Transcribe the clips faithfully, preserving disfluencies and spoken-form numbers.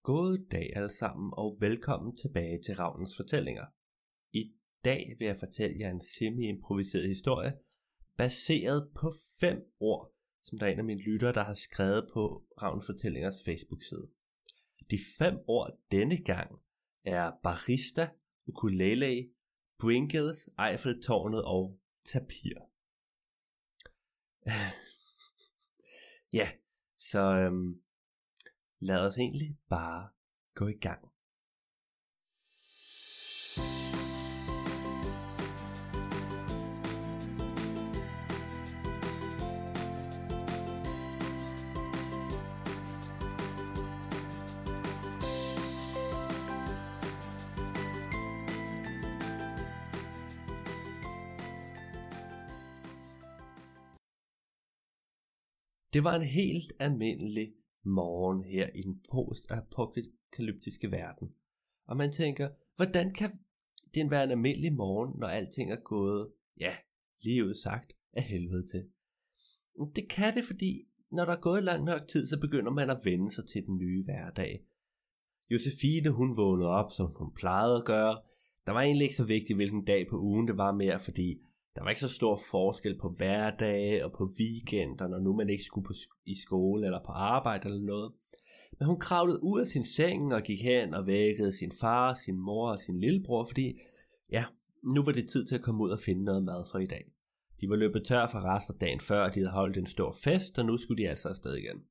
God dag alle sammen, og velkommen tilbage til Ravnens Fortællinger. I dag vil jeg fortælle jer en semi-improviseret historie, baseret på fem ord, som der er en af mine lyttere, der har skrevet på Ravnens Fortællingers Facebook-side. De fem ord denne gang er barista, ukulele, Pringles, Eiffeltårnet og tapir. Ja, så øhm, lad os egentlig bare gå i gang. Det var en helt almindelig morgen her i den post-apokalyptiske verden. Og man tænker, hvordan kan det være en almindelig morgen, når alting er gået, ja, lige ud sagt, af helvede til? Det kan det, fordi når der er gået lang nok tid, så begynder man at vende sig til den nye hverdag. Josefine, hun vågnede op, som hun plejede at gøre. Der var egentlig ikke så vigtigt, hvilken dag på ugen det var mere, fordi der var ikke så stor forskel på hverdage og på weekender, når nu man ikke skulle på sk- i skole eller på arbejde eller noget. Men hun kravlede ud af sin seng og gik hen og vækkede sin far, sin mor og sin lillebror, fordi ja, nu var det tid til at komme ud og finde noget mad for i dag. De var løbet tør for rester dagen før, og de havde holdt en stor fest, og nu skulle de altså afsted igen.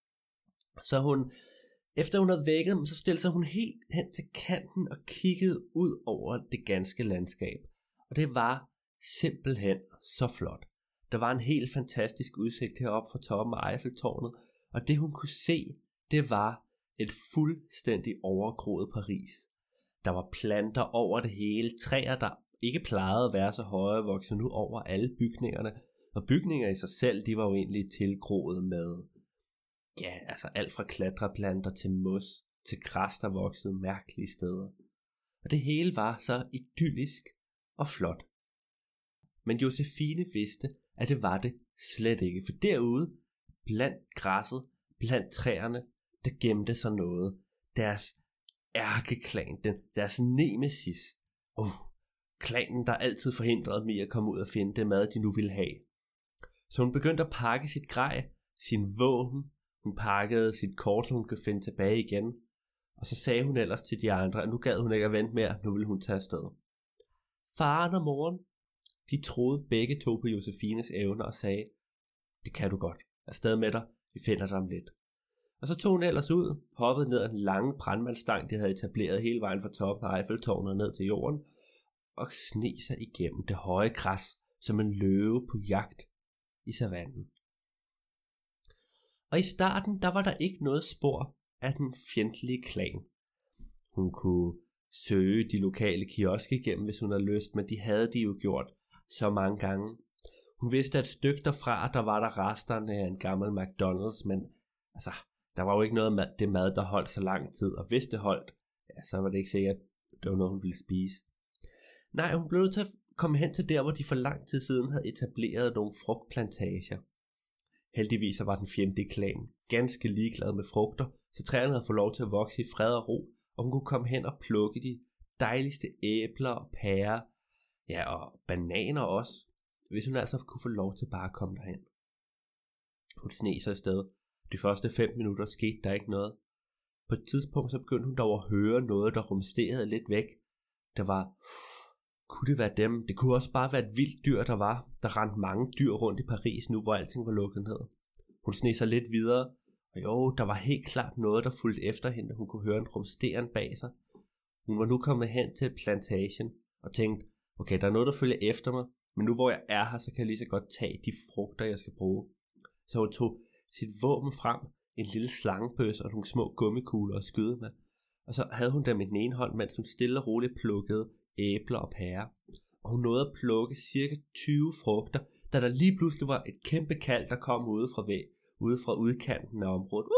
Så hun, efter hun havde vækket dem, så stillede sig hun helt hen til kanten og kiggede ud over det ganske landskab. Og det var simpelthen så flot. Der var en helt fantastisk udsigt heroppe fra toppen af Eiffeltårnet, og det hun kunne se, det var et fuldstændig overgroet Paris. Der var planter over det hele, træer der ikke plejede at være så høje, voksede nu over alle bygningerne, og bygninger i sig selv, de var jo egentlig tilgroet med, ja, altså alt fra klatreplanter til mos, til græs, der voksede mærkelige steder. Og det hele var så idyllisk og flot. Men Josefine vidste, at det var det slet ikke, for derude, blandt græsset, blandt træerne, der gemte sig noget. Deres ærkeklan, den, deres nemesis. Uh, klanen, der altid forhindrede dem i at komme ud og finde det mad, de nu ville have. Så hun begyndte at pakke sit grej, sin våben, hun pakkede sit kort, så hun kunne finde tilbage igen. Og så sagde hun ellers til de andre, at nu gad hun ikke at vente mere, nu ville hun tage afsted. Faren og moren, de troede begge to på Josefines evner og sagde, det kan du godt, afsted med dig, vi finder dig om lidt. Og så tog hun ellers ud, hoppede ned ad den lange brandmandsstang, de havde etableret hele vejen fra toppen af Eiffeltårnet ned til jorden, og sne sig igennem det høje græs, som en løve på jagt i savannen. Og i starten, der var der ikke noget spor af den fjendtlige klan. Hun kunne søge de lokale kiosker igennem, hvis hun havde lyst, men de havde de jo gjort så mange gange. Hun vidste, at et stykke derfra, der var der resterne af en gammel McDonald's, men altså, der var jo ikke noget mad, det mad, der holdt så lang tid, og hvis det holdt, ja, så var det ikke sikkert, det var noget, hun ville spise. Nej, hun blev nødt til at komme hen til der, hvor de for lang tid siden havde etableret nogle frugtplantager. Heldigvis var den fjendtlige klan ganske ligeglad med frugter, så træerne havde fået lov til at vokse i fred og ro, og hun kunne komme hen og plukke de dejligste æbler og pærer, ja, og bananer også, hvis hun altså kunne få lov til bare at komme derhen. Hun sneg sig afsted. De første fem minutter skete der ikke noget. På et tidspunkt så begyndte hun dog at høre noget, der rumsterede lidt væk. Der var, kunne det være dem? Det kunne også bare være et vildt dyr, der var. Der rendte mange dyr rundt i Paris nu, hvor alting var lukket ned. Hun sneg sig lidt videre, og jo, der var helt klart noget, der fulgte efter hende. Hun kunne høre en rumsteren bag sig. Hun var nu kommet hen til plantagen og tænkte, okay, der er noget, der følger efter mig, men nu hvor jeg er her, så kan jeg lige så godt tage de frugter, jeg skal bruge. Så hun tog sit våben frem, en lille slangebøsse og nogle små gummikugler at skyde med. Og så havde hun dem i den ene hånd, mens hun stille og roligt plukkede æbler og pærer. Og hun nåede at plukke cirka tyve frugter, da der lige pludselig var et kæmpe kald, der kom ude fra, væg, ude fra udkanten af området.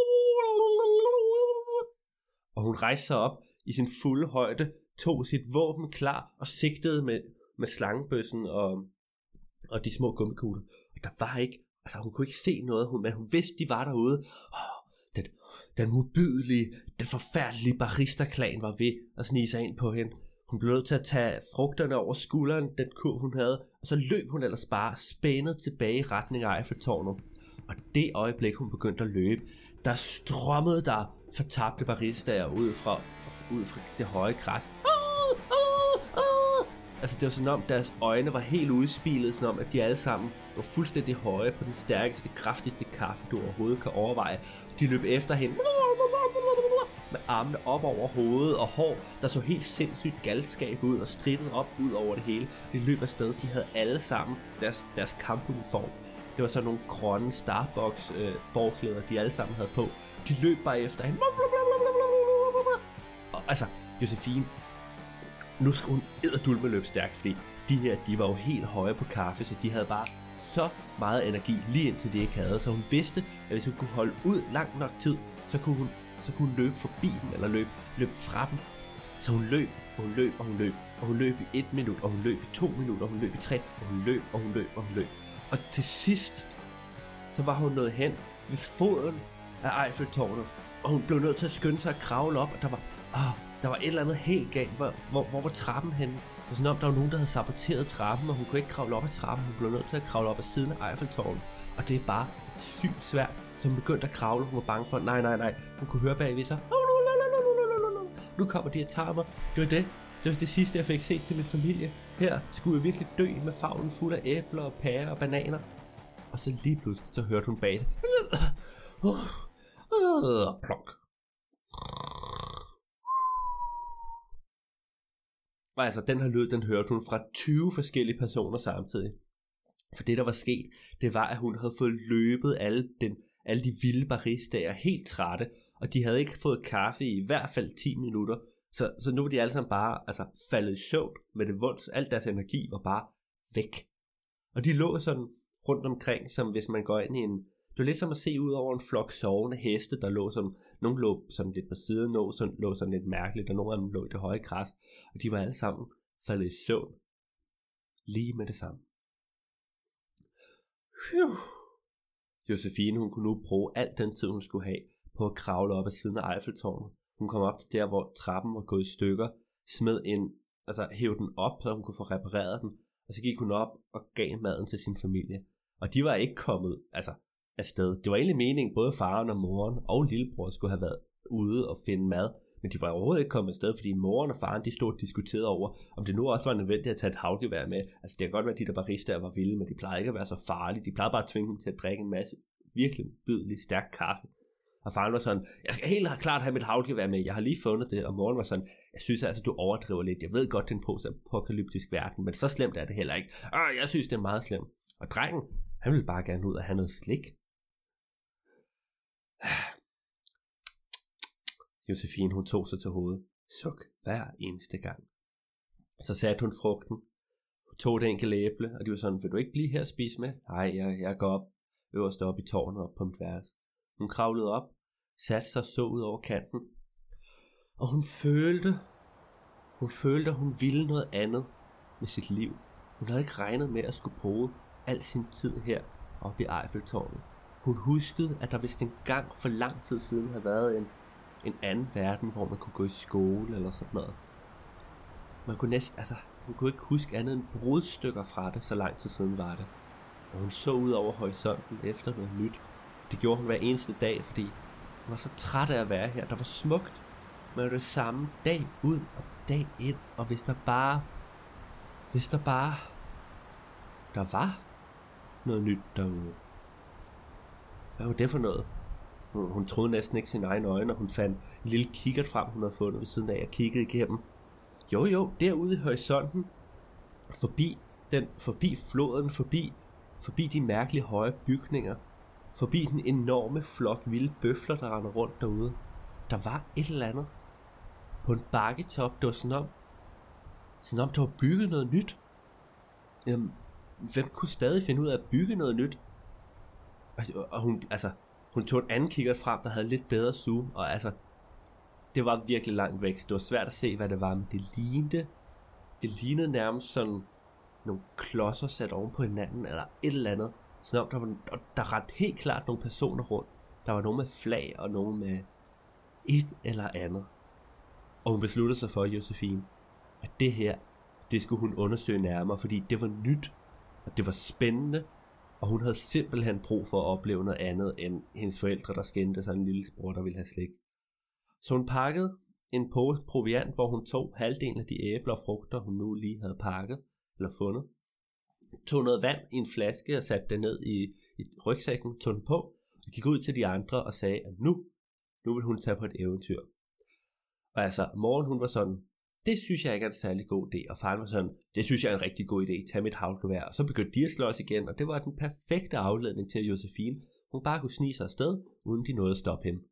Og hun rejste sig op i sin fulde højde, tog sit våben klar og sigtede med, med slangebøssen og, og de små gummikugler. Og der var ikke, altså hun kunne ikke se noget, hun, men hun vidste, de var derude. Oh, Den, den modbydelige, den forfærdelige barista-klan var ved at snige sig ind på hende. Hun blev nødt til at tage frugterne over skulderen, den kurv hun havde, og så løb hun ellers bare spændet tilbage i retning af Eiffeltårnet. Og det øjeblik, hun begyndte at løbe, der strømmede der fortabte baristaer ud fra, ud fra det høje græs. Ah, ah, ah. Altså det var sådan om, deres øjne var helt udspilet, sådan om, at de alle sammen var fuldstændig høje på den stærkeste, kraftigste kaffe, du overhovedet kan overveje. De løb efter hende med armene op over hovedet og hår, der så helt sindssygt galskab ud og strittede op ud over det hele. De løb afsted, de havde alle sammen deres, deres kampuniform. Det var sådan nogle grønne Starbucks øh, forklæder, de alle sammen havde på. De løb bare efter hende. Og altså, Josefine, nu skulle hun edderdulle med løb stærkt, fordi de her, de var jo helt høje på kaffe, så de havde bare så meget energi, lige indtil de ikke havde. Så hun vidste, at hvis hun kunne holde ud lang nok tid, så kunne hun, så kunne hun løbe forbi dem, eller løbe, løbe fra dem. Så hun løb, og hun løb, og hun løb, og hun løb i et minut, og hun løb i to minutter, og hun løb i tre, og hun løb, og hun løb, og hun løb. Og til sidst, så var hun nået hen ved foden af Eiffeltårnet, og hun blev nødt til at skynde sig at kravle op, og der var, åh, der var et eller andet helt galt. Hvor, hvor, hvor var trappen henne? Det var sådan om, der var nogen, der havde saboteret trappen, og hun kunne ikke kravle op ad trappen. Hun blev nødt til at kravle op ad siden af Eiffeltårnet, og det er bare sygt svært. Så hun begyndte at kravle, hun var bange for, nej, nej, nej. Hun kunne høre bagved sig, nu kommer de og tager mig. Det var det. Det var det sidste, jeg fik set til min familie. Her skulle jeg virkelig dø med favnen fuld af æbler og pærer og bananer. Og så lige pludselig, så hørte hun bag sig. Plok. Og altså, den her lyd, den hørte hun fra tyve forskellige personer samtidig. For det, der var sket, det var, at hun havde fået løbet alle, den, alle de vilde baristaer helt trætte. Og de havde ikke fået kaffe i i hvert fald ti minutter. Så, så nu var de alle sammen bare altså, faldet i søvn med det vunds. Alt deres energi var bare væk. Og de lå sådan rundt omkring, som hvis man går ind i en... Det var lidt som at se ud over en flok sovende heste, der lå som... Nogle lå sådan lidt på siden, nogle sådan, lå sådan lidt mærkeligt, og nogle af dem lå i det høje græs. Og de var alle sammen faldet i søvn. Lige med det samme. Phew. Josefine, hun kunne nu bruge al den tid, hun skulle have på at kravle op ad siden af Eiffeltårnet. Hun kom op til der, hvor trappen var gået i stykker, smed en, altså hævde den op, så hun kunne få repareret den, og så gik hun op og gav maden til sin familie. Og de var ikke kommet altså, afsted. Det var egentlig meningen, både faren og moren og lillebror skulle have været ude og finde mad, men de var overhovedet ikke kommet afsted, fordi moren og faren, de stod og diskuterede over, om det nu også var nødvendigt at tage et havgevær med. Altså det kan godt være, at de der baristaer var vilde, men de plejede ikke at være så farlige. De plejede bare at tvinge dem til at drikke en masse virkelig bydelig stærk kaffe. Og faren var sådan, jeg skal helt klart have mit havgevær med, jeg har lige fundet det. Og moren var sådan, jeg synes altså, du overdriver lidt. Jeg ved godt, det er en postapokalyptisk verden, men så slemt er det heller ikke. Øh, jeg synes, det er meget slemt. Og drengen, han ville bare gerne ud og have noget slik. Josefine, hun tog sig til hovedet. Suk hver eneste gang. Så satte hun frugten. Hun tog et enkelt æble, og de var sådan, vil du ikke blive her og spise med? Nej, jeg, jeg går op øverst op i tårnet op på mit værelse. Hun kravlede op, satte sig og så ud over kanten. Og hun følte, hun følte, at hun ville noget andet med sit liv. Hun havde ikke regnet med at skulle bruge al sin tid her oppe i Eiffeltårnet. Hun huskede, at der vist engang for lang tid siden havde været en, en anden verden, hvor man kunne gå i skole eller sådan noget. Man kunne næsten, altså, hun kunne ikke huske andet end brudstykker fra det, så lang tid siden var det. Og hun så ud over horisonten efter noget nyt. Det gjorde hun hver eneste dag, fordi hun var så træt af at være her. Der var smukt, men det samme dag ud og dag ind. Og hvis der bare, hvis der bare, der var noget nyt derude. Hvad var det for noget? Hun, hun troede næsten ikke sine egne øjne, og hun fandt en lille kikkert frem, hun havde fundet ved siden af, og kiggede igennem. Jo jo, derude i horisonten, forbi, den, forbi floden, forbi, forbi de mærkelige høje bygninger, forbi den enorme flok vilde bøfler, der rendte rundt derude. Der var et eller andet på en bakketop, det var sådan om, sådan om der var bygget noget nyt. Jamen, hvem kunne stadig finde ud af at bygge noget nyt? Og hun, altså, hun tog en anden kikkert frem, der havde lidt bedre zoom, og altså, det var virkelig langt væk, så det var svært at se, hvad det var, men det lignede, det lignede nærmest sådan nogle klodser sat oven på hinanden, eller et eller andet, sådan om der, var, der rendte helt klart nogle personer rundt, Der var nogen med flag, og nogen med et eller andet. Og hun besluttede sig for, Josephine, at det her, det skulle hun undersøge nærmere, fordi det var nyt, og det var spændende, og hun havde simpelthen brug for at opleve noget andet, end hendes forældre, der skændte sig en lille bror, der ville have slik. Så hun pakkede en pose proviant, hvor hun tog halvdelen af de æbler og frugter, hun nu lige havde pakket, eller fundet, tog noget vand i en flaske og satte det ned i, i rygsækken, tog den på, og gik ud til de andre og sagde, at nu, nu vil hun tage på et eventyr. Og altså, Morgen, hun var sådan, det synes jeg ikke er en særlig god idé, og faren var sådan, det synes jeg er en rigtig god idé, tag mit haglgevær. Og så begyndte de at slås igen, og det var den perfekte afledning til, at Josephine, hun bare kunne snige sig afsted, uden de nåede at stoppe hende.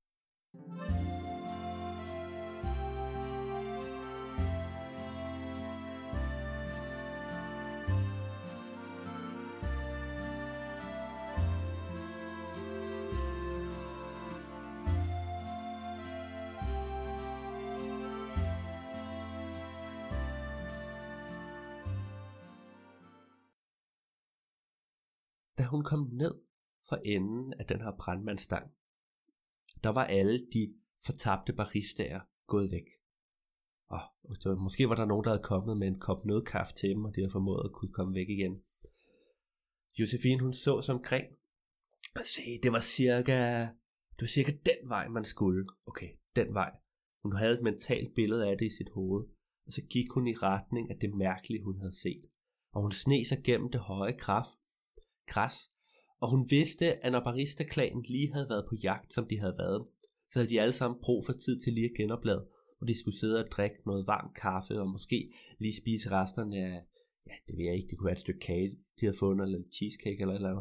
Da hun kom ned fra enden af den her brandmandsstang, der var alle de fortabte baristaer gået væk. Og var, måske var der nogen, der havde kommet med en kop nødkaffe til dem, og de havde formået at kunne komme væk igen. Josephine, hun så sig omkring og sagde, det var cirka, det var cirka den vej, man skulle. Okay, den vej. Hun havde et mentalt billede af det i sit hoved, og så gik hun i retning af det mærkelige, hun havde set. Og hun sneg sig gennem det høje kraft, græs, og hun vidste, at når barista-klanen lige havde været på jagt, som de havde været, så havde de alle sammen brug for tid til lige at genoplade, og de skulle sidde og drikke noget varm kaffe, og måske lige spise resterne af, ja, det ved jeg ikke, det kunne være et stykke kage, de havde fundet, eller cheesecake eller et eller andet.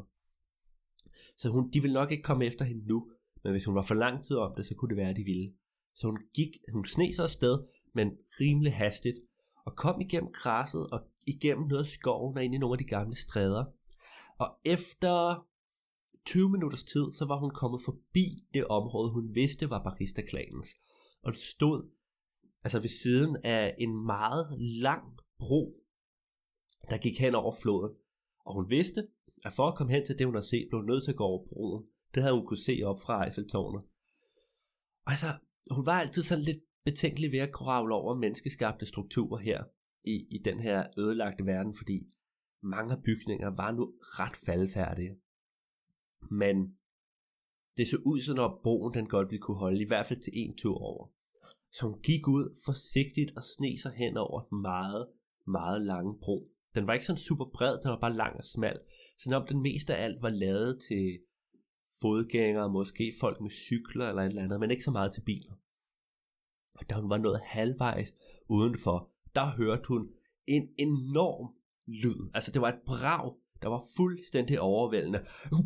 Så hun, de ville nok ikke komme efter hende nu, men hvis hun var for lang tid om det, så kunne det være, at de ville. Så hun gik, hun sneg sig afsted, men rimelig hastigt, og kom igennem græsset, og igennem noget af skoven, og ind i nogle af de gamle stræder. Og efter tyve minutters tid, så var hun kommet forbi det område, hun vidste var barista-klanens. Og det stod altså ved siden af en meget lang bro, der gik hen over floden. Og hun vidste, at for at komme hen til det, hun havde set, blev hun nødt til at gå over broen. Det havde hun kunne se op fra Eiffeltårnet. Og altså, hun var altid sådan lidt betænkelig ved at kravle over menneskeskabte strukturer her i, i den her ødelagte verden, fordi mange af bygninger var nu ret faldfærdige. Men det så ud, som om broen den godt ville kunne holde, i hvert fald til en tur over. Så hun gik ud forsigtigt og sneg sig hen over den meget, meget lange bro. Den var ikke sådan super bred, den var bare lang og smal. Selvom den mest af alt var lavet til fodgængere, måske folk med cykler eller et eller andet, men ikke så meget til biler. Og da hun var nået halvvejs udenfor, der hørte hun en enorm lyd. Altså det var et brag, der var fuldstændig overvældende.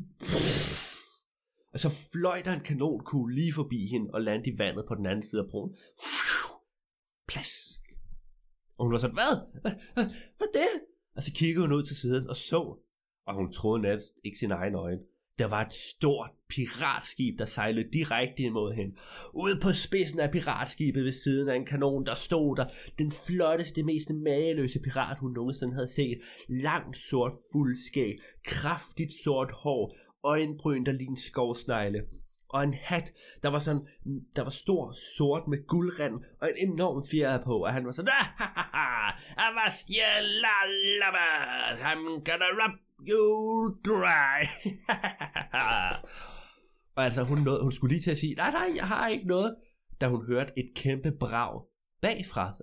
Og så fløj der en kanonkugle lige forbi hende og landede i vandet på den anden side af broen. Plask. Og hun var sådan, hvad? Hvad, hvad er det? Og så kiggede hun ud til siden og så, og hun troede næsten ikke sin egen øjne. Der var et stort piratskib, der sejlede direkte imod hende. Ude på spidsen af piratskibet ved siden af en kanon, der stod der den flotteste, mest mageløse pirat, hun nogensinde havde set. Langt sort fuldskæg, kraftigt sort hår, øjenbryn, der lignede skovsnegle. Og en hat, der var sådan, der var stor, sort med guldrand, og en enorm fjer på, og han var sådan, I'm gonna rub you dry. Og altså, hun, nåede, hun skulle lige til at sige, nej, nej, jeg har ikke noget, da hun hørte et kæmpe brag bagfra.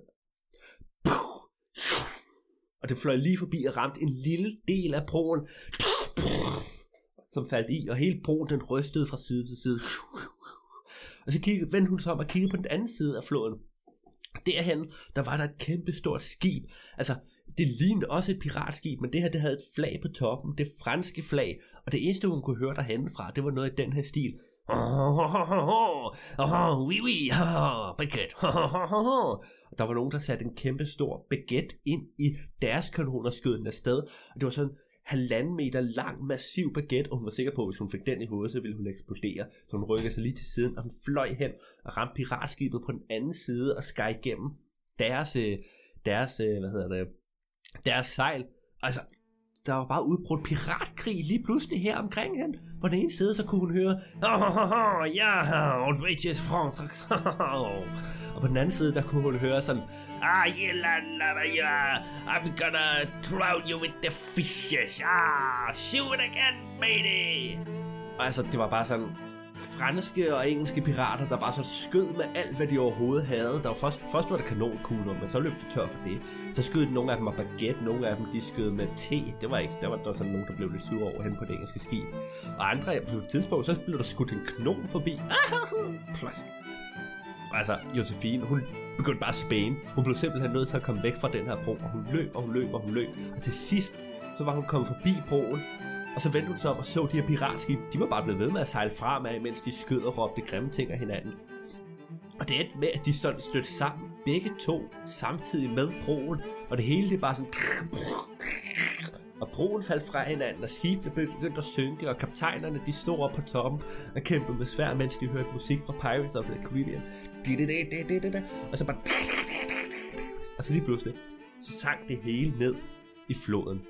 Og det fløj lige forbi og ramte en lille del af broen, som faldt i, og hele broen den rystede fra side til side. Og så kiggede, vendte hun sig om og kiggede på den anden side af floden. Derhen, der var der et kæmpe stort skib. Altså, det lignede også et piratskib, men det her, det havde et flag på toppen, det franske flag. Og det eneste, hun kunne høre derhenne fra, det var noget i den her stil. Oui, oui, baguette. Og der var nogen, der satte en kæmpe stor baguette ind i deres kanon og skød den afsted. Og det var sådan halvanden meter lang, massiv baguette, og hun var sikker på, at hvis hun fik den i hovedet, så ville hun eksplodere. Så hun rykkede sig lige til siden, og den fløj hen og ramte piratskibet på den anden side og skar igennem deres, deres, hvad hedder det, deres sejl. Altså, der var bare udbrudt piratkrig lige pludselig her omkring hende. På den ene side, så kunne hun høre, ja, outrageous France. Og på den anden side, der kunne hun høre sådan, ah, yeah, I'm gonna drown you with the fishes. Ah, shoot again, baby. Og altså, det var bare sådan franske og engelske pirater, der bare så skød med alt, hvad de overhovedet havde. Der var først, først var der kanonkugler, men så løb de tør for det. Så skød de nogle af dem med baguette, nogle af dem de skød med te. Det var ikke, der var, der var sådan nogen, der blev lidt sure over hen på det engelske skib. Og andre på et tidspunkt, så blev der skudt en kanon forbi. Plask. Altså, Josephine, hun begyndte bare at spæne. Hun blev simpelthen nødt til at komme væk fra den her bro, og hun løb, og hun løb, og hun løb. Og til sidst, så var hun kommet forbi broen. Og så vendte hun sig om og så de her piratskib. De var bare blevet ved med at sejle fremad, mens de skød og råbte grimme ting af hinanden. Og det endte med, at de sådan stødte sammen, begge to, samtidig med broen. Og det hele, det er bare sådan... Og broen faldt fra hinanden, og skibene begyndte at synke, og kaptajnerne, de stod op på toppen og kæmpede med sværd, mens de hørte musik fra Pirates of the Caribbean. Og så bare... Og så lige pludselig, så sank det hele ned i floden.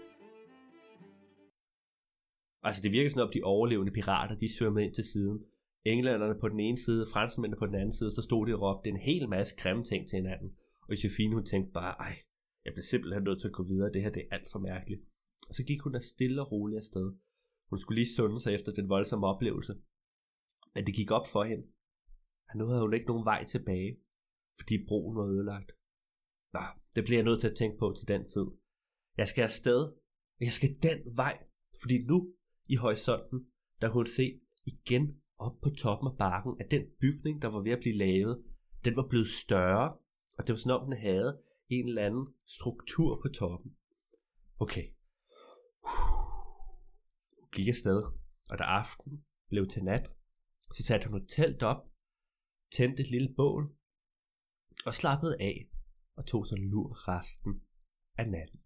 Altså det virkede sådan op, de overlevende pirater, de svømmede ind til siden. Englænderne på den ene side, franskmændene på den anden side, så stod de og råbte en hel masse grimme ting til hinanden. Og Josephine, hun tænkte bare, ej, jeg bliver simpelthen nødt til at gå videre, det her det er alt for mærkeligt. Og så gik hun der stille og roligt afsted. Hun skulle lige sunde sig efter den voldsomme oplevelse. Men det gik op for hende, at nu havde hun ikke nogen vej tilbage, fordi broen var ødelagt. Nå, det bliver jeg nødt til at tænke på til den tid. Jeg skal afsted, og jeg skal den vej, fordi nu i horisonten, der kunne hun se igen op på toppen af bakken, at den bygning, der var ved at blive lavet, den var blevet større, og det var sådan om, den havde en eller anden struktur på toppen. Okay. Hun gik afsted, og da aftenen blev til nat, så satte hun et telt op, tændte et lille bål, og slappede af, og tog sig en lur resten af natten.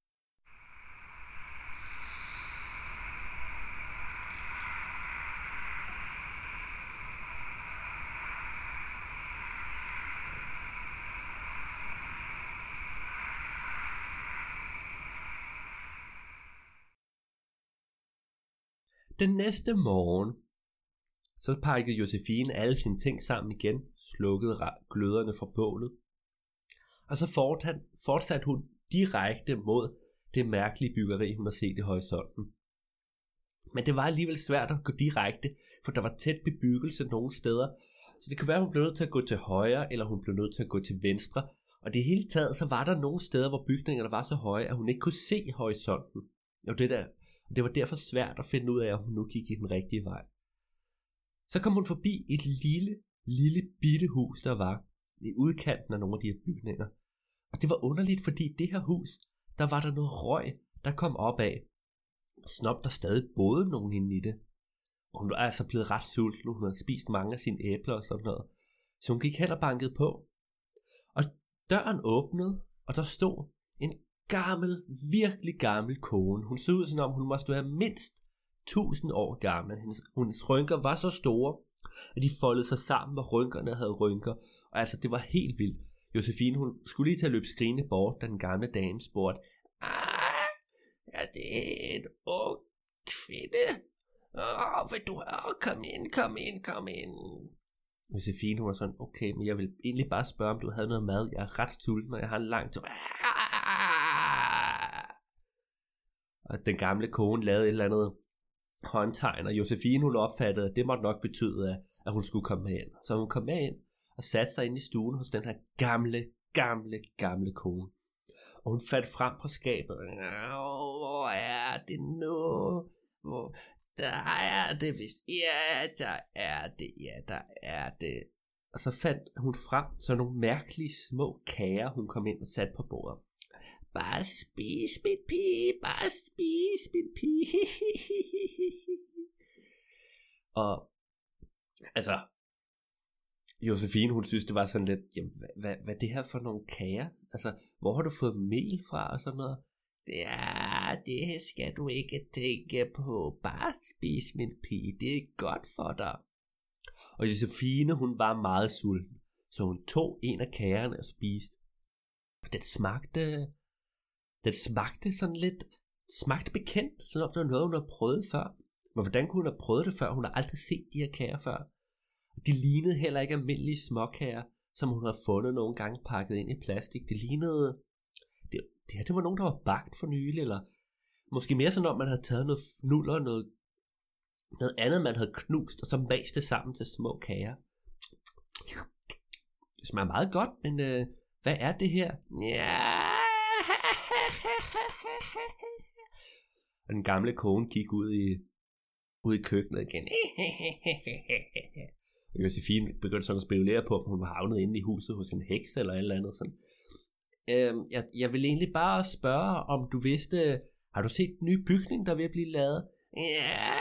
Den næste morgen, så pakkede Josephine alle sine ting sammen igen, slukkede gløderne fra bålet, og så fortsatte hun direkte mod det mærkelige byggeri, hun havde set i horisonten. Men det var alligevel svært at gå direkte, for der var tæt bebyggelse nogle steder, så det kunne være, at hun blev nødt til at gå til højre, eller hun blev nødt til at gå til venstre, og det hele taget, så var der nogle steder, hvor bygningerne var så høje, at hun ikke kunne se horisonten. Og det, der, det var derfor svært at finde ud af, om hun nu gik i den rigtige vej. Så kom hun forbi et lille, lille bitte hus, der var i udkanten af nogle af de her bygninger. Og det var underligt, fordi det her hus, der var der noget røg, der kom op af. Snop, der stadig boede nogen inde i det. Og hun var altså blevet ret sulten, hun havde spist mange af sine æbler og sådan noget. Så hun gik hen og bankede på. Og døren åbnede, og der stod en gammel, virkelig gammel kone. Hun så ud, som om hun måste være mindst tusind år gammel. Hendes, hendes rynker var så store, at de foldede sig sammen, og rynkerne havde rynker. Og altså, det var helt vildt. Josephine, hun skulle lige til at løbe skrigende bort, da den gamle dame spurgte, ah, er det en ung kvinde? Åh, vil du høre? Kom ind, kom ind, kom ind. Josephine, hun var sådan, okay, men jeg vil egentlig bare spørge, om du havde noget mad. Jeg er ret sulten, og jeg har en lang tur. Og den gamle kone lavede et eller andet håndtegn, og Josephine, hun opfattede, at det måtte nok betyde, at hun skulle komme med ind. Så hun kom med ind og satte sig ind i stuen hos den her gamle, gamle, gamle kone. Og hun fandt frem på skabet. Hvor er det nu? Hvor... Der er det vist. Ja, der er det. Ja, der er det. Og så fandt hun frem så nogle mærkelige små kager, hun kom ind og satte på bordet. Bare spis, mit pige. Bare spis, mit pige. Og altså, Josephine, hun synes, det var sådan lidt, jamen, hvad, hvad, hvad er det her for nogle kager? Altså, hvor har du fået mel fra og sådan noget? Ja, det skal du ikke tænke på. Bare spis, min pige. Det er godt for dig. Og Josephine, hun var meget sulten, så hun tog en af kagerne og spiste. Den smagte, den smagte sådan lidt smagte bekendt, som om det var noget, hun havde prøvet før. Men hvordan kunne hun have prøvet det før? Hun har aldrig set de her kager før. De lignede heller ikke almindelige småkager, som hun havde fundet nogle gange pakket ind i plastik. Det lignede... Det, det her, det var nogen, der var bagt for nylig, eller måske mere sådan, om man havde taget noget fnuller, noget, noget andet, man havde knust, og så mast det sammen til små kager. Det smager meget godt, men øh, hvad er det her? Ja. Og den gamle kone gik ud i, ud i køkkenet igen. Og Josefine begyndte sådan at spekulere på, om hun var havnet inde i huset hos en heks eller et eller andet. Sådan. Øhm, jeg, jeg vil egentlig bare spørge, om du vidste, har du set den nye bygning, der er ved at blive lavet? Ja.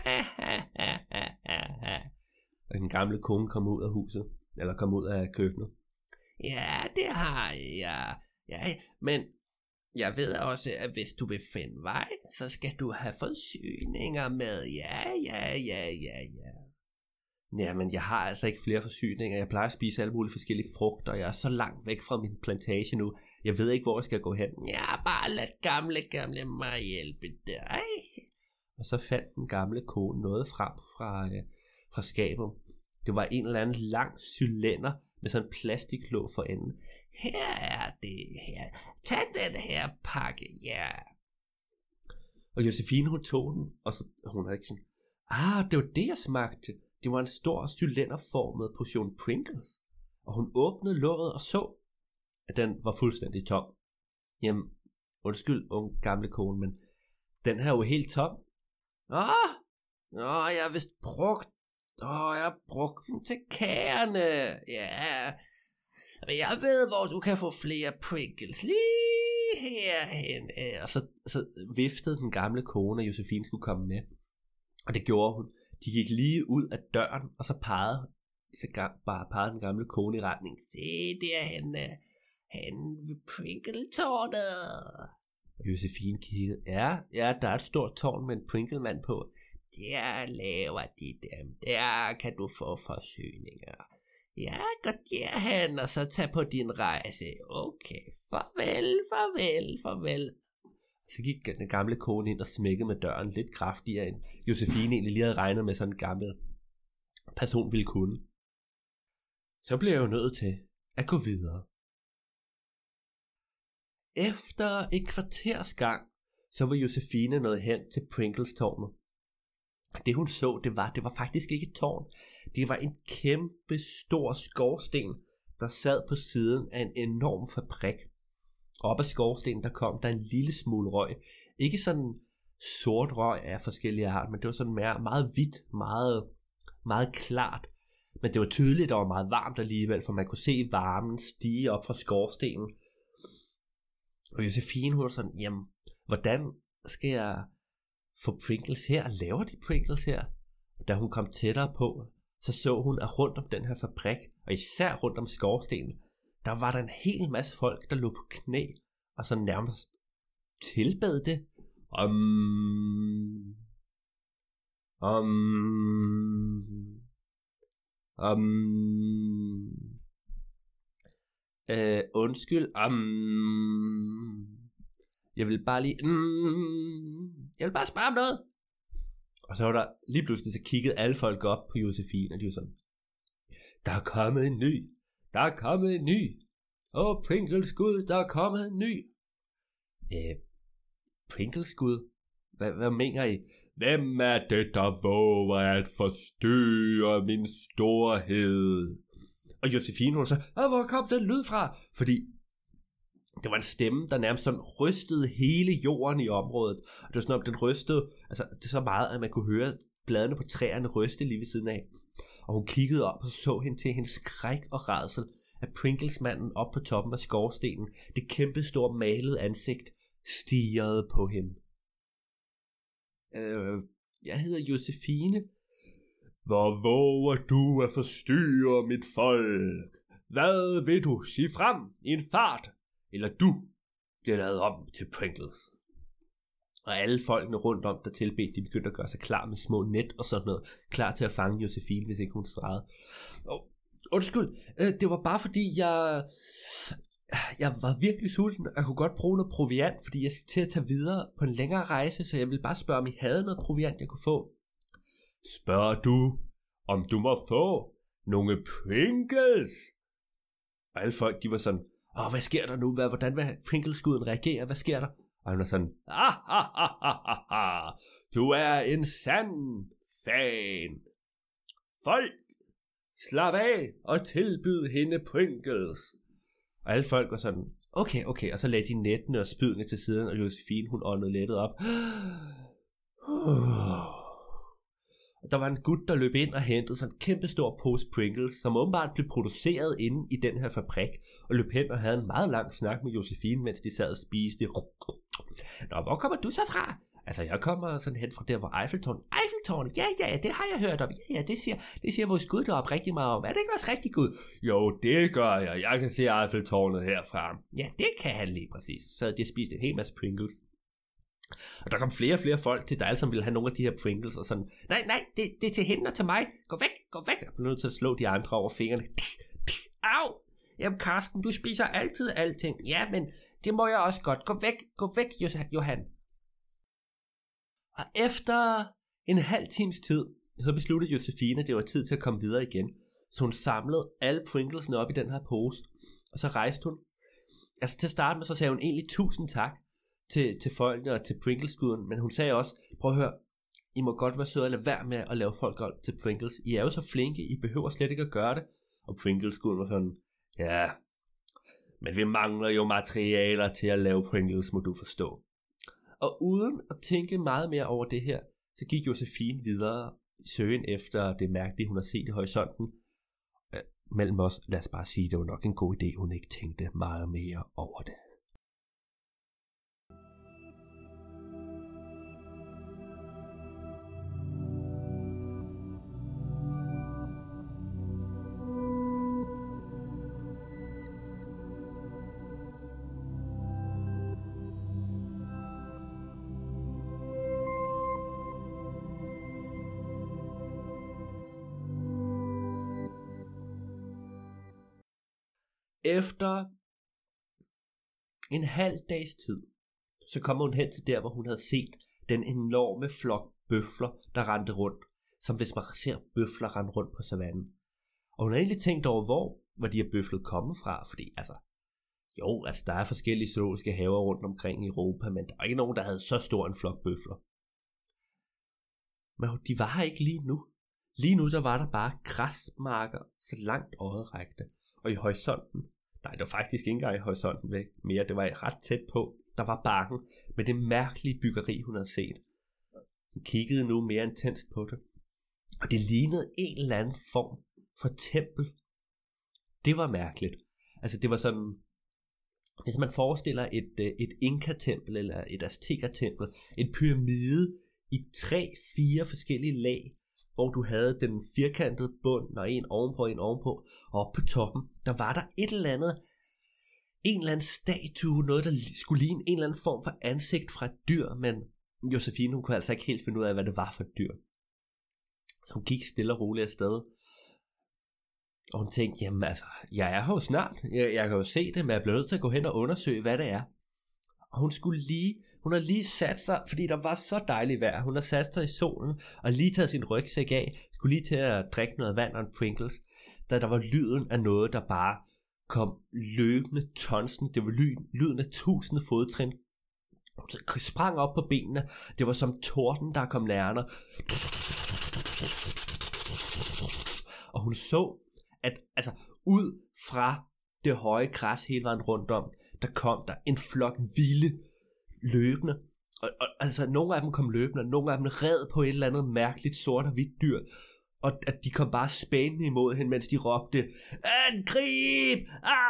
Og den gamle kone kom ud af huset, eller kom ud af køkkenet. Ja, det har jeg. Ja, men jeg ved også, at hvis du vil finde vej, så skal du have forsyninger med. Ja, ja, ja, ja, ja. Jamen, jeg har altså ikke flere forsyninger. Jeg plejer at spise alle mulige forskellige frugter. Jeg er så langt væk fra min plantage nu. Jeg ved ikke, hvor jeg skal gå hen. Ja, bare lad gamle, gamle mig hjælpe dig. Og så fandt den gamle kone noget frem fra, øh, fra skabet. Det var en eller anden lang cylinder med sådan en plastiklåg for enden. Her er det her. Tag den her pakke, ja. Og Josefine, hun tog den, og så hun havde ikke sådan, ah, det var det, jeg smagte. Det var en stor cylinderformet portion Pringles. Og hun åbnede låget og så, at den var fuldstændig tom. Jamen, undskyld, unge gamle kone, men den her er jo helt tom. Åh, åh, jeg har vist brugt, åh, jeg har brugt den til kagerne. Ja, men jeg ved, hvor du kan få flere Pringles. Lige herhen. Og så, så viftede den gamle kone, at Josefine skulle komme med. Og det gjorde hun. De gik lige ud af døren, og så pegede, så bare pegede den gamle kone i retning. Se, det er henne, henne ved Pringle-tårnet. Og Josefine kiggede. Ja, ja, der er et stort tårn med en Pringle-mand på. Der laver de dem. Der kan du få forsyninger. Ja, godt derhen, og så tag på din rejse. Okay, farvel, farvel, farvel. Så gik den gamle kone ind og smækkede med døren lidt kraftigere, end Josefine egentlig lige havde regnet med, sådan en gammel person ville kunne. Så blev jeg jo nødt til at gå videre. Efter et kvarters gang, så var Josefine nået hen til Pringles-tårnet. Det hun så, det var, det var faktisk ikke et tårn. Det var en kæmpe stor skorsten, der sad på siden af en enorm fabrik. Op ad skorstenen, der kom der en lille smule røg. Ikke sådan sort røg af forskellige art, men det var sådan mere, meget hvidt, meget, meget klart. Men det var tydeligt, at der var meget varmt alligevel, for man kunne se varmen stige op fra skorstenen. Og Josefine, hun var sådan, jamen, hvordan skal jeg få Pringles her? Laver de Pringles her? Og da hun kom tættere på, så så hun, at rundt om den her fabrik, og især rundt om skorstenen, der var der en hel masse folk, der lå på knæ, og så nærmest tilbad det. Um, um, um, øh, undskyld, um, jeg vil bare lige, um, jeg vil bare spørge om noget. Og så var der lige pludselig, så kiggede alle folk op på Josefine, og de var sådan, der er kommet en ny. Der er kommet en ny. Åh, Pringles-skud, der er kommet en ny. Øh, Pringles-skud? Hvad, hvad mener I? Hvem er det, der våger at forstyrre min storhed? Og Josefine, hun sagde, hvor kom den lyd fra? Fordi det var en stemme, der nærmest sådan rystede hele jorden i området. Og det var sådan, at den rystede, altså det er så meget, at man kunne høre bladene på træerne ryste lige ved siden af. Og hun kiggede op og så hende til hendes skræk og rædsel, at Pringles-manden op på toppen af skorstenen, det kæmpe store malede ansigt, stirrede på hende. Øh, jeg hedder Josefine. Hvor våger du at forstyrre mit folk? Hvad vil du sige frem i en fart? Eller du bliver lavet om til Pringles. Og alle folkene rundt om, der tilbedte, de begyndte at gøre sig klar med små net og sådan noget, klar til at fange Josefine, hvis ikke hun svarede. Oh, undskyld, øh, det var bare fordi, jeg, jeg var virkelig sulten, og jeg kunne godt bruge noget proviant, fordi jeg skal til at tage videre på en længere rejse, så jeg ville bare spørge, om I havde noget proviant, jeg kunne få. Spørger du, om du må få nogle Pringles? Og alle folk, de var sådan, åh, hvad sker der nu? Hvad, hvordan vil Pringles-skuden reagere? Hvad sker der? Og han var sådan, ah, ah, ah, ah, ah, ah. Du er en sand fan. Folk, slap af og tilbyd hende Pringles. Og alle folk var sådan, okay, okay. Og så lagde de nettene og spydene til siden, og Josefine, hun åndede lettet op. Og der var en gut, der løb ind og hentede sådan en kæmpe stor pose Pringles, som åbenbart blev produceret inde i den her fabrik, og løb hen og havde en meget lang snak med Josefine, mens de sad og spiste. Nå, hvor kommer du så fra? Altså, jeg kommer sådan hen fra der, hvor Eiffeltårnet. Eiffeltårnet? Ja, ja, det har jeg hørt om. Ja, ja, det siger, det siger vores Gud deroppe rigtig meget om. Er det ikke også rigtig Gud? Jo, det gør jeg. Jeg kan se Eiffeltårnet herfra. Ja, det kan han lige præcis. Så de spiste en hel masse Pringles. Og der kom flere og flere folk til, der alle sammen ville have nogle af de her Pringles, og sådan, nej, nej, det, det er til hende og til mig. Gå væk, gå væk. Jeg blev nødt til at slå de andre over fingrene. Au! Jamen, Karsten, du spiser altid alting. Ja, men det må jeg også godt. Gå væk, gå væk, Johan. Og efter en halv times tid, så besluttede Josefine, at det var tid til at komme videre igen. Så hun samlede alle Pringlesene op i den her pose, og så rejste hun. Altså til at starte med, så sagde hun egentlig tusind tak til, til folkene og til Pringles-skuden, men hun sagde også, prøv at høre, I må godt være søde at lade være med at lave folk op til Pringles. I er jo så flinke, I behøver slet ikke at gøre det. Og Pringles-skuden var sådan, ja, men vi mangler jo materialer til at lave Pringles, må du forstå. Og uden at tænke meget mere over det her, så gik Josefine videre i søgen efter det mærkelige, hun har set i horisonten. Øh, mellem os, lad os bare sige, det var nok en god idé, hun ikke tænkte meget mere over det. Efter en halv dags tid, så kommer hun hen til der, hvor hun havde set den enorme flok bøfler, der rendte rundt, som hvis man ser bøfler rende rundt på savannen. Og hun har egentlig tænkt over, hvor var de her bøfler kommet fra, fordi altså, jo, altså der er forskellige zoologiske haver rundt omkring i Europa, men der var ikke nogen, der havde så stor en flok bøfler. Men de var her ikke lige nu. Lige nu, der var der bare græsmarker, så langt øjet rækte. Og i horisonten, nej, det var faktisk ikke engang i horisonten væk mere, det var ret tæt på, der var bakken med det mærkelige byggeri, hun havde set. Hun kiggede nu mere intenst på det, og det lignede en eller anden form for tempel. Det var mærkeligt. Altså det var sådan, hvis man forestiller et, et Inka-tempel eller et Azteca-tempel, en pyramide i tre, fire forskellige lag, hvor du havde den firkantede bund, og en ovenpå, en ovenpå, og oppe på toppen, der var der et eller andet, en eller anden statue, noget der skulle ligne en eller anden form for ansigt fra et dyr, men Josefine, hun kunne altså ikke helt finde ud af, hvad det var for et dyr. Så hun gik stille og roligt afsted, og hun tænkte, jamen altså, jeg er her jo snart, jeg, jeg kan jo se det, men jeg bliver nødt til at gå hen og undersøge, hvad det er. Og hun skulle lige, hun har lige sat sig, fordi der var så dejligt vejr, hun har sat sig i solen, og lige taget sin rygsæk af, skulle lige til at drikke noget vand og en Pringles, da der var lyden af noget, der bare kom løbende tonsen, det var lyden, lyden af tusinde fodtrin. Hun sprang op på benene, det var som torden, der kom nærmere. Og hun så, at altså ud fra det høje græs hele vejen rundt om, der kom der en flok vilde løbende. Og, og altså nogle af dem kom løbende, og nogle af dem red på et eller andet mærkeligt sort og hvidt dyr. Og at de kom bare spændende imod hende, mens de råbte, angrib!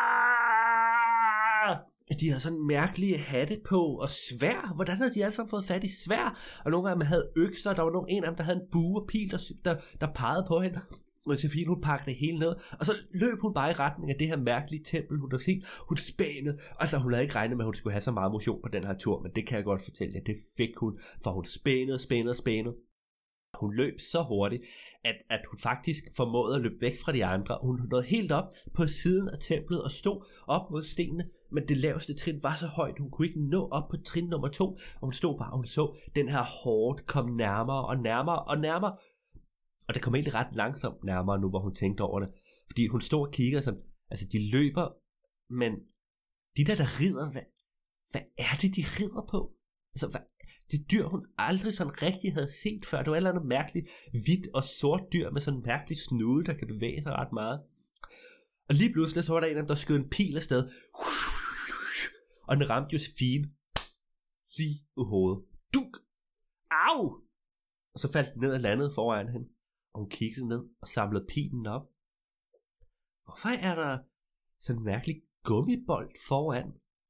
Ah! De havde sådan mærkelige hatte på og svær. Hvordan havde de alle sammen fået fat i svær? Og nogle af dem havde økser, der var nogle, en af dem, der havde en bue og pil, der, der, der pegede på hende. Og Josefine, hun pakkede det hele ned, og så løb hun bare i retning af det her mærkelige tempel, hun havde set. Hun spænede, altså hun havde ikke regnet med, at hun skulle have så meget motion på den her tur, men det kan jeg godt fortælle jer, det fik hun, for hun spænede, spænede, spænede. hun løb så hurtigt, at, at hun faktisk formåede at løbe væk fra de andre. Hun nåede helt op på siden af templet og stod op mod stenene, men det laveste trin var så højt, hun kunne ikke nå op på trin nummer to, og hun stod bare, og hun så den her horde komme nærmere og nærmere og nærmere, og det kom egentlig ret langsomt nærmere nu, hvor hun tænkte over det, fordi hun stod og kiggede sådan, altså de løber, men de der, der rider, hvad, hvad er det, de rider på? Altså, hvad, det dyr, hun aldrig sådan rigtig havde set før. Det var et eller andet mærkeligt, hvidt og sort dyr med sådan en mærkelig snude, der kan bevæge sig ret meget. Og lige pludselig, så var der en af dem, der skød en pil afsted. Og den ramte Josefine lige i hovedet. Duk! Au! Og så faldt den ned og landede foran hende. Og hun kiggede ned og samlede pilen op. Hvorfor er der sådan en mærkelig gummibold foran?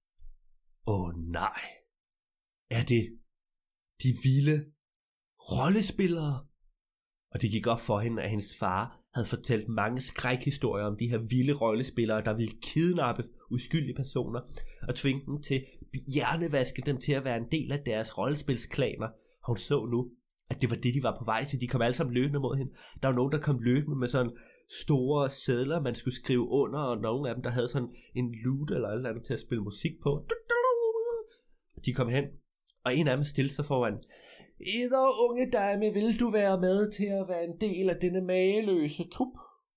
Åh oh, nej! Er det de vilde rollespillere? Og det gik op for hende, at hendes far havde fortalt mange skrækhistorier om de her vilde rollespillere, der ville kidnappe uskyldige personer og tvinge dem til hjernevaske dem til at være en del af deres rollespilsklaner. Og hun så nu, at det var det, de var på vej til. De kom alle sammen løbende mod hende. Der var nogen, der kom løbende med sådan store sedler, man skulle skrive under, og nogle af dem, der havde sådan en lute eller alt andet til at spille musik på. De kom hen, og en af dem stillede sig foran. Eder unge dame, vil du være med til at være en del af denne mageløse trup?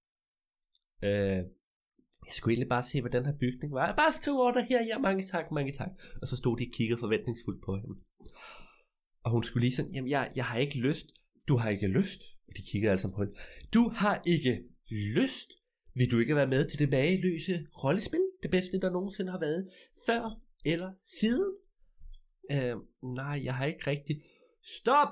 Øh, jeg skulle egentlig bare se, hvad den her bygning var. Bare skriv under her, ja, mange tak, mange tak. Og så stod de og kiggede forventningsfuldt på hende. Og hun skulle lige sådan, jamen jeg, jeg har ikke lyst. Du har ikke lyst. Og de kiggede alle sammen på hende. Du har ikke lyst? Vil du ikke være med til det mageløse rollespil? Det bedste, der nogensinde har været. Før eller siden? Øh, nej, jeg har ikke rigtig. Stop!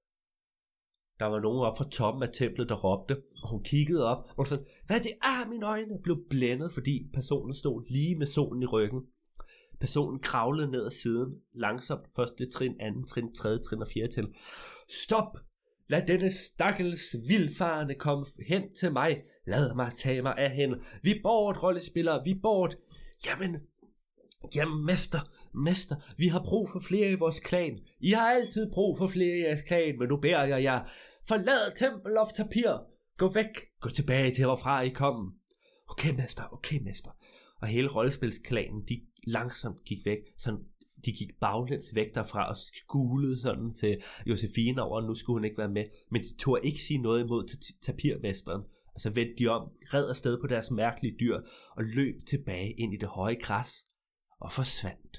Der var nogen op fra toppen af templet, der råbte, og hun kiggede op, og hun sagde, hvad er det? Ah, mine øjne blev blændet, fordi personen stod lige med solen i ryggen. Personen kravlede ned ad siden, langsomt, første trin, anden trin, tredje trin og fjerde trin. Stop! Lad denne stakkels vildfarne komme hen til mig. Lad mig tage mig af hende. Vi bort, rollespillere, vi bort. Jamen, Jamen mester, mester, vi har brug for flere i vores klan. I har altid brug for flere i jeres klan, men nu beder jeg jer. Forlad Temple of Tapir. Gå væk. Gå tilbage til hvorfra I kom. Okay mester, okay mester. Og hele rollespilsklanen, de langsomt gik væk. Sådan, de gik baglæns væk derfra og skulede sådan til Josefine over, og nu skulle hun ikke være med. Men de turde ikke sige noget imod tapirmesteren. Og så vendte de om, red afsted på deres mærkelige dyr og løb tilbage ind i det høje græs. Og forsvandt.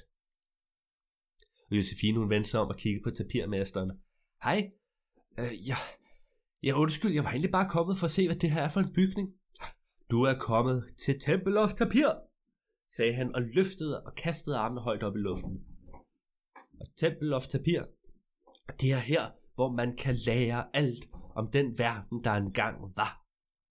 Og Josefine, hun vendte sig om og kiggede på tapirmesteren. Hej, øh, ja, ja, undskyld, jeg var egentlig bare kommet for at se, hvad det her er for en bygning. Du er kommet til Temple of Tapir, sagde han og løftede og kastede armene højt op i luften. Og Temple of Tapir, det er her, hvor man kan lære alt om den verden, der engang var.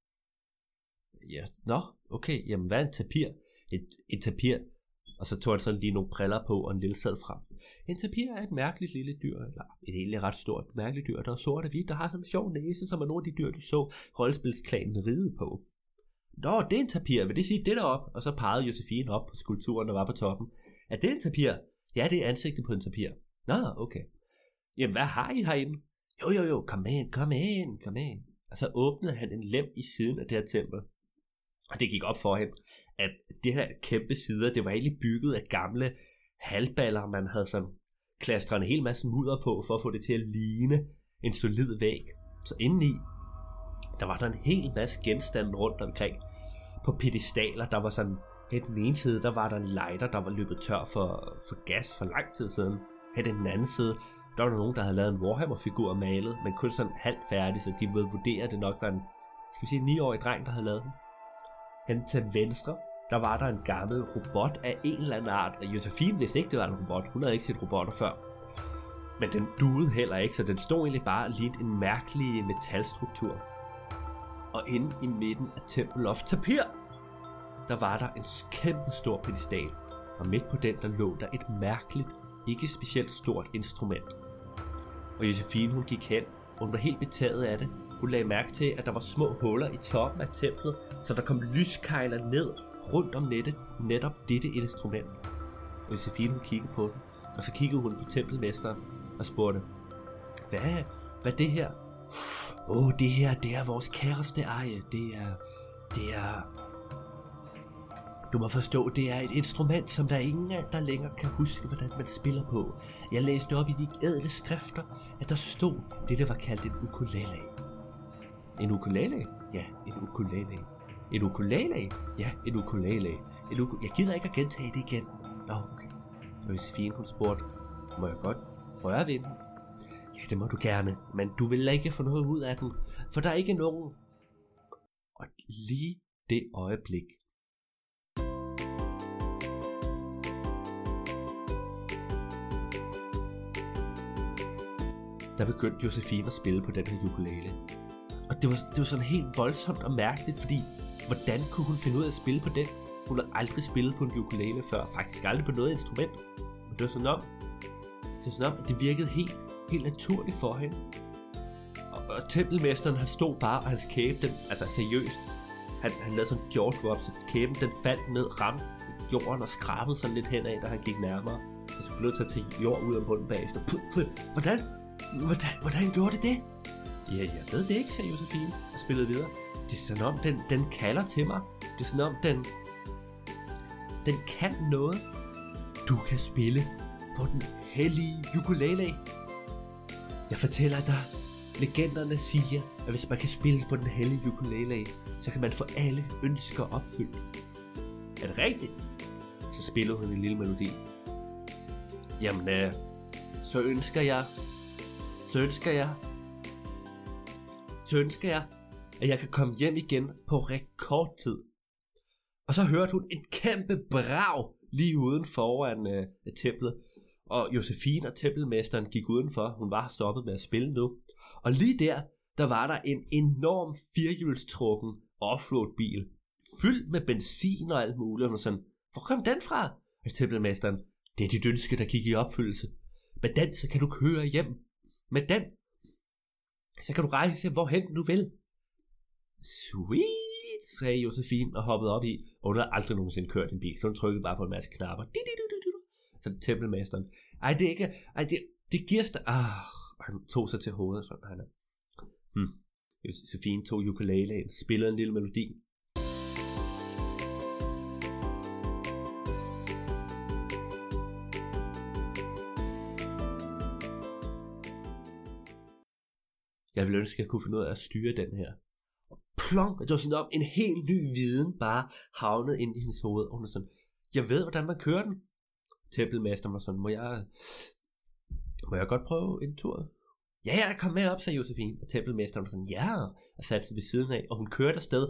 Ja, nå, okay, jamen hvad er en tapir? Et, et tapir. Og så tog han sådan lige nogle briller på og en lille sæd frem. En tapir er et mærkeligt lille dyr, eller et egentlig ret stort mærkeligt dyr, der er sort og hvidt, der har sådan en sjov næse, som er nogle af de dyr, du så rollespilsklanen ride på. Nå, det er en tapir, vil det sige det derop? Og så pegede Josefine op på skulpturen, der var på toppen. Er det en tapir? Ja, det er ansigtet på en tapir. Nå, okay. Jamen, hvad har I herinde? Jo, jo, jo, kom ind, kom ind, kom ind. Og så åbnede han en lem i siden af det her tempel. Og det gik op for hende, at det her kæmpe sider, det var egentlig bygget af gamle halvballer, man havde sådan klastret en hel masse mudder på, for at få det til at ligne en solid væg. Så indeni, der var der en hel masse genstande rundt omkring. På pedestaler, der var sådan, her den ene side, der var der en lighter, der var løbet tør for, for gas for lang tid siden. Her den anden side, der var der nogen, der havde lavet en Warhammer-figur malet, men kun sådan halvt færdig, så de ville vurdere, at det nok var en, skal vi sige, ni-årig dreng, der havde lavet den. Hen til venstre, der var der en gammel robot af en eller anden art, og Josefine vidste ikke, det var en robot. Hun havde ikke set robotter før. Men den duede heller ikke, så den stod egentlig bare og lignede en mærkelig metalstruktur. Og inde i midten af Temple of Tapir, der var der en kæmpe stor pedestal, og midt på den, der lå der et mærkeligt, ikke specielt stort instrument. Og Josefine, hun gik hen, og hun var helt betaget af det. Hun lagde mærke til, at der var små huller i toppen af templet, så der kom lyskejler ned rundt om nettet, netop dette instrument. Og Josefine, hun kiggede på den, og så kiggede hun på tempelmesteren og spurgte, hvad, hvad er det her? Åh, oh, det her, det er vores kæreste eje. Det er, det er... Du må forstå, det er et instrument, som der ingen af, der længere kan huske, hvordan man spiller på. Jeg læste op i de ædle skrifter, at der stod det, der var kaldt en ukulele. En ukulele? Ja, en ukulele. En ukulele? Ja, en ukulele. En uku- jeg gider ikke at gentage det igen. Nå, okay. Og Josefine, hun spurgte, må jeg godt røre ved den? Ja, det må du gerne, men du vil ikke få noget ud af den, for der er ikke nogen. Og lige det øjeblik, der begyndte Josefine at spille på den her ukulele. Og det var, det var sådan helt voldsomt og mærkeligt, fordi hvordan kunne hun finde ud af at spille på den? Hun havde aldrig spillet på en ukulele før, faktisk aldrig på noget instrument. Men det var sådan om, det var sådan om, at det virkede helt, helt naturligt for hende. Og, og tempelmesteren, han stod bare, og hans kæbe, den, altså seriøst, han, han lavede sådan en jaw drop, så kæben den faldt ned, ramte jorden og skrabede sådan lidt henad, da han gik nærmere. Og så blev nødt til at tage jord ud af munden bagefter. Hvordan? Hvordan, hvordan gjorde det det? Ja, jeg ved det ikke, sagde Josefine og spillede videre. Det er sådan om, den, den kalder til mig. Det er sådan om, den, den kan noget. Du kan spille på den hellige ukulele. Jeg fortæller dig, legenderne siger, at hvis man kan spille på den hellige ukulele, så kan man få alle ønsker opfyldt. Er det rigtigt? Så spillede hun en lille melodi. Jamen, øh, så ønsker jeg, så ønsker jeg, så ønsker jeg, at jeg kan komme hjem igen på rekordtid. Og så hørte hun et kæmpe brag lige uden foran øh, templet. Og Josefine og tempelmesteren gik udenfor. Hun var stoppet med at spille nu. Og lige der, der var der en enorm firehjulstrukken offroad-bil, fyldt med benzin og alt muligt. Og hun sådan, hvor kom den fra? Og tempelmesteren, det er dit ønske, der gik i opfyldelse. Med den, så kan du køre hjem. Med den, så kan du rejse hvorhen du vil. Sweet, sagde Josefine og hoppede op i. Og hun havde aldrig nogensinde kørt en bil, så hun trykkede bare på en masse knapper. Så tempelmesteren, ej det er ikke, ej det, det giver st- ah, han tog sig til hovedet, sådan han er. Hmm. Josefine tog ukulelen, spillede en lille melodi. Jeg ville ønske, at jeg kunne finde ud af at styre den her. Og plonk, det var sådan om, en helt ny viden bare havnede ind i hendes hoved. Og hun er sådan, jeg ved, hvordan man kører den. Tempelmesteren var sådan, må jeg, må jeg godt prøve en tur? Ja, ja, kom med op, sagde Josefine. Og tempelmesteren var sådan, ja, og satte sig ved siden af, og hun kørte afsted.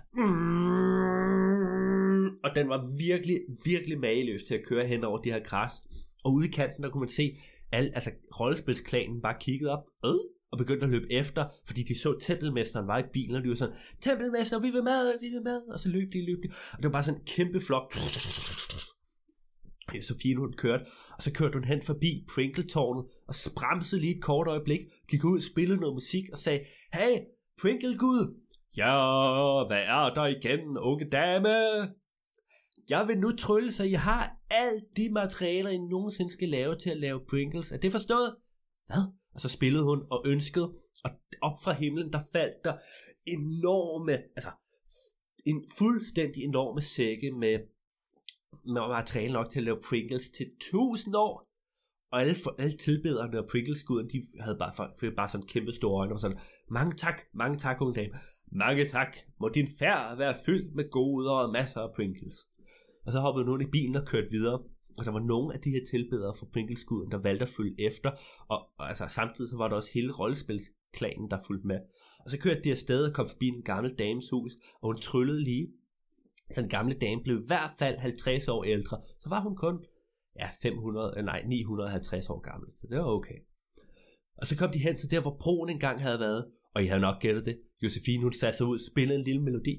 Og den var virkelig, virkelig mageløs til at køre hen over de her græs. Og ude i kanten, der kunne man se, alle, altså rollespilsklanen bare kiggede op, øh, og begyndte at løbe efter, fordi de så tempelmesteren var i bilen, og de var sådan, tempelmester, vi vil med, vi vil med, og så løb de, løb de, og det var bare sådan en kæmpe flok. Josefine hun kørte, og så kørte hun hen forbi Pringle-tårnet, og spremsede lige et kort øjeblik, gik ud, spillede noget musik, og sagde, hey, Pringle-gud, ja, hvad er der igen, unge dame? Jeg vil nu trylle, så I har alle de materialer, I nogensinde skal lave til at lave Pringles. Er det forstået? Hvad? Og så spillede hun og ønskede, og op fra himlen, der faldt der enorme, altså en fuldstændig enorme sække med, med materiale nok til at lave Pringles til tusind år. Og alle, for, alle tilbederne og Pringles-guden, de havde bare, bare sådan kæmpe store øjne, og sådan, mange tak, mange tak, unge dame. Mange tak, må din færd være fyldt med gode og masser af Pringles. Og så hoppede nogen i bilen og kørte videre. Og der var nogle af de her tilbedere fra Pringles-guden, der valgte at følge efter. Og, og altså, samtidig så var der også hele rollespilsklanen, der fulgte med. Og så kørte de afsted og kom forbi en gammel dames hus, og hun tryllede lige. Så den gamle dame blev i hvert fald halvtreds år ældre. Så var hun kun ja, fem hundrede, nej, ni hundrede og halvtreds år gammel. Så det var okay. Og så kom de hen til der, hvor broen engang havde været. Og I havde nok gættet det. Josefine, hun satte sig ud og spillede en lille melodi.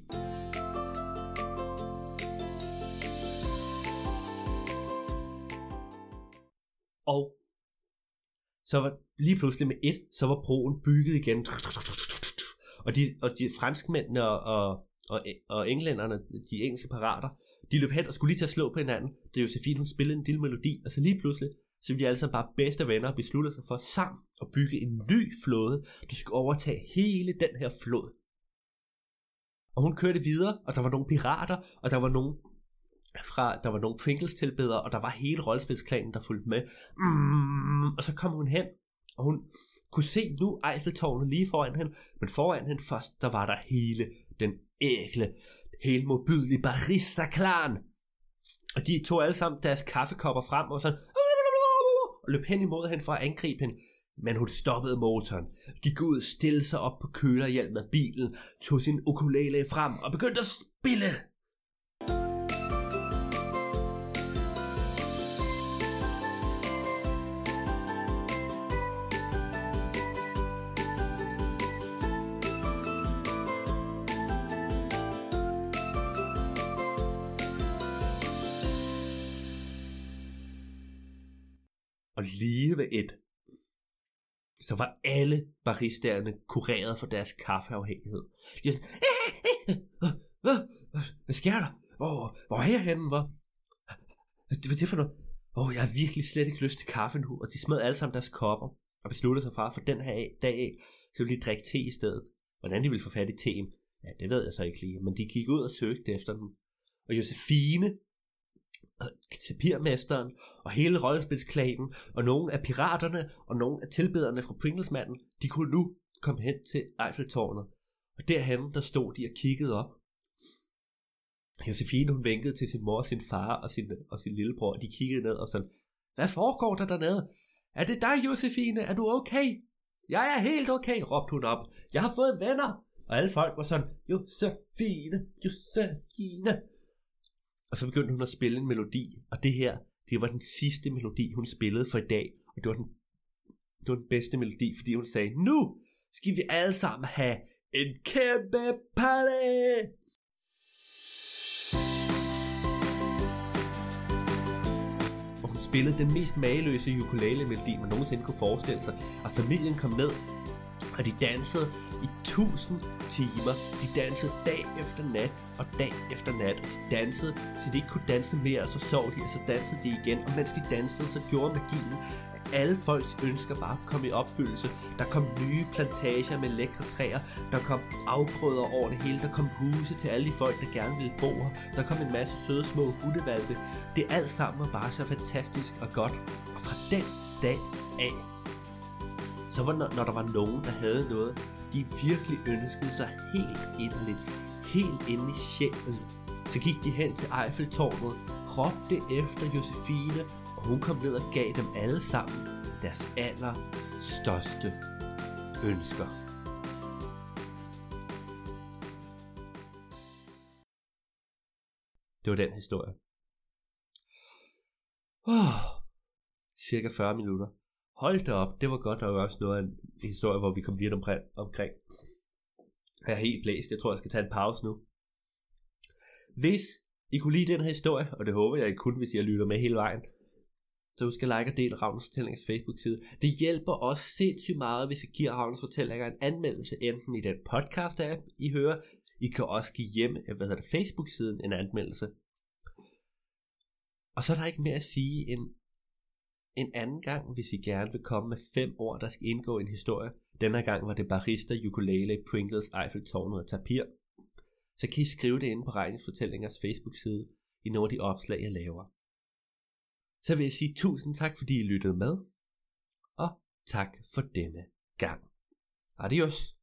Og så var lige pludselig med et, så var broen bygget igen. Og de, og de franskmændene og, og, og, og englænderne, de engelske pirater, de løb hen og skulle lige til at slå på hinanden. Så Josefine, hun spillede en lille melodi, og så lige pludselig, så ville de alle sammen bare bedste venner og besluttede sig for sammen at bygge en ny flåde, der skulle overtage hele den her flod. Og hun kørte videre, og der var nogle pirater, og der var nogle fra, der var nogle Pringles-tilbedere, og der var hele rollespilsklanen, der fulgte med. Mm, og så kom hun hen, og hun kunne se nu Eiffeltårnet lige foran hende, men foran hende først, der var der hele den ægle, helt modbydelige barista-klan. Og de tog alle sammen deres kaffekopper frem, og sådan, og løb hen imod hende for at angribe hende. Men hun stoppede motoren, gik ud, stillede sig op på kølerhjelmen af bilen, tog sin ukulele frem og begyndte at spille. Og lige med et, så var alle baristaerne kureret for deres kaffeafhængighed. De er sådan, hvad, hvad sker der? Hvor, hvor er jeg henne? Hvor? Hvad er det for noget? Åh, oh, jeg har virkelig slet ikke lyst til kaffe nu. Og de smed alle sammen deres kopper og besluttede sig for, for den her dag af, så ville de drikke te i stedet. Hvordan de ville få fat i teen, ja, det ved jeg så ikke lige. Men de gik ud og søgte efter den. Og Josefine, tapirmesteren og hele rollespilsklanen og nogle af piraterne og nogle af tilbederne fra Pringlesmanden, de kunne nu komme hen til Eiffeltårnet. Og derhen der stod de og kiggede op. Josefine, hun vinkede til sin mor, sin far og sin, og sin lillebror, og de kiggede ned og sådan, hvad foregår der dernede? Er det dig, Josefine? Er du okay? Jeg er helt okay, råbte hun op. Jeg har fået venner. Og alle folk var sådan, Josefine, Josefine. Og så begyndte hun at spille en melodi, og det her, det var den sidste melodi, hun spillede for i dag. Og det var den, det var den bedste melodi, fordi hun sagde, nu skal vi alle sammen have en kæmpe party! Og hun spillede den mest mageløse ukulele-melodi, man nogensinde kunne forestille sig. Og familien kom ned, og de dansede i tusind timer. De dansede dag efter nat og dag efter nat. Og de dansede, så de ikke kunne danse mere, og så sov de, og så dansede de igen. Og mens de dansede, så gjorde magien, at alle folks ønsker bare kom i opfyldelse. Der kom nye plantager med lækre træer. Der kom afgrøder over det hele. Der kom huse til alle de folk, der gerne ville bo her. Der kom en masse søde små hundevalpe. Det alt sammen var bare så fantastisk og godt. Og fra den dag af, så var når, når der var nogen, der havde noget, de virkelig ønskede sig helt inderligt, helt inde i sjælen, så gik de hen til Eiffeltårnet, råbte efter Josefine, og hun kom ned og gav dem alle sammen deres allerstørste ønsker. Det var den historie. Oh, cirka fyrre minutter. Hold da op, det var godt, der var også noget af en historie, hvor vi kom vidt omkring. omkring. Jeg er helt blæst, jeg tror, jeg skal tage en pause nu. Hvis I kunne lide den her historie, og det håber jeg, I kunne, hvis I har lyttet med hele vejen, så husk at like og dele Ravnens Fortællingers Facebook-side. Det hjælper også sindssygt meget, hvis I giver Ravnens Fortællinger en anmeldelse, enten i den podcast-app, I hører. I kan også give hjem, hvad hedder det, Facebook-siden en anmeldelse. Og så er der ikke mere at sige end en anden gang, hvis I gerne vil komme med fem ord, der skal indgå i en historie. Denne gang var det barista, ukulele, Pringles, Eiffeltårnet og tapir. Så kan I skrive det inde på Ravnens Fortællingers Facebook-side i nogle af de opslag, jeg laver. Så vil jeg sige tusind tak, fordi I lyttede med. Og tak for denne gang. Adios.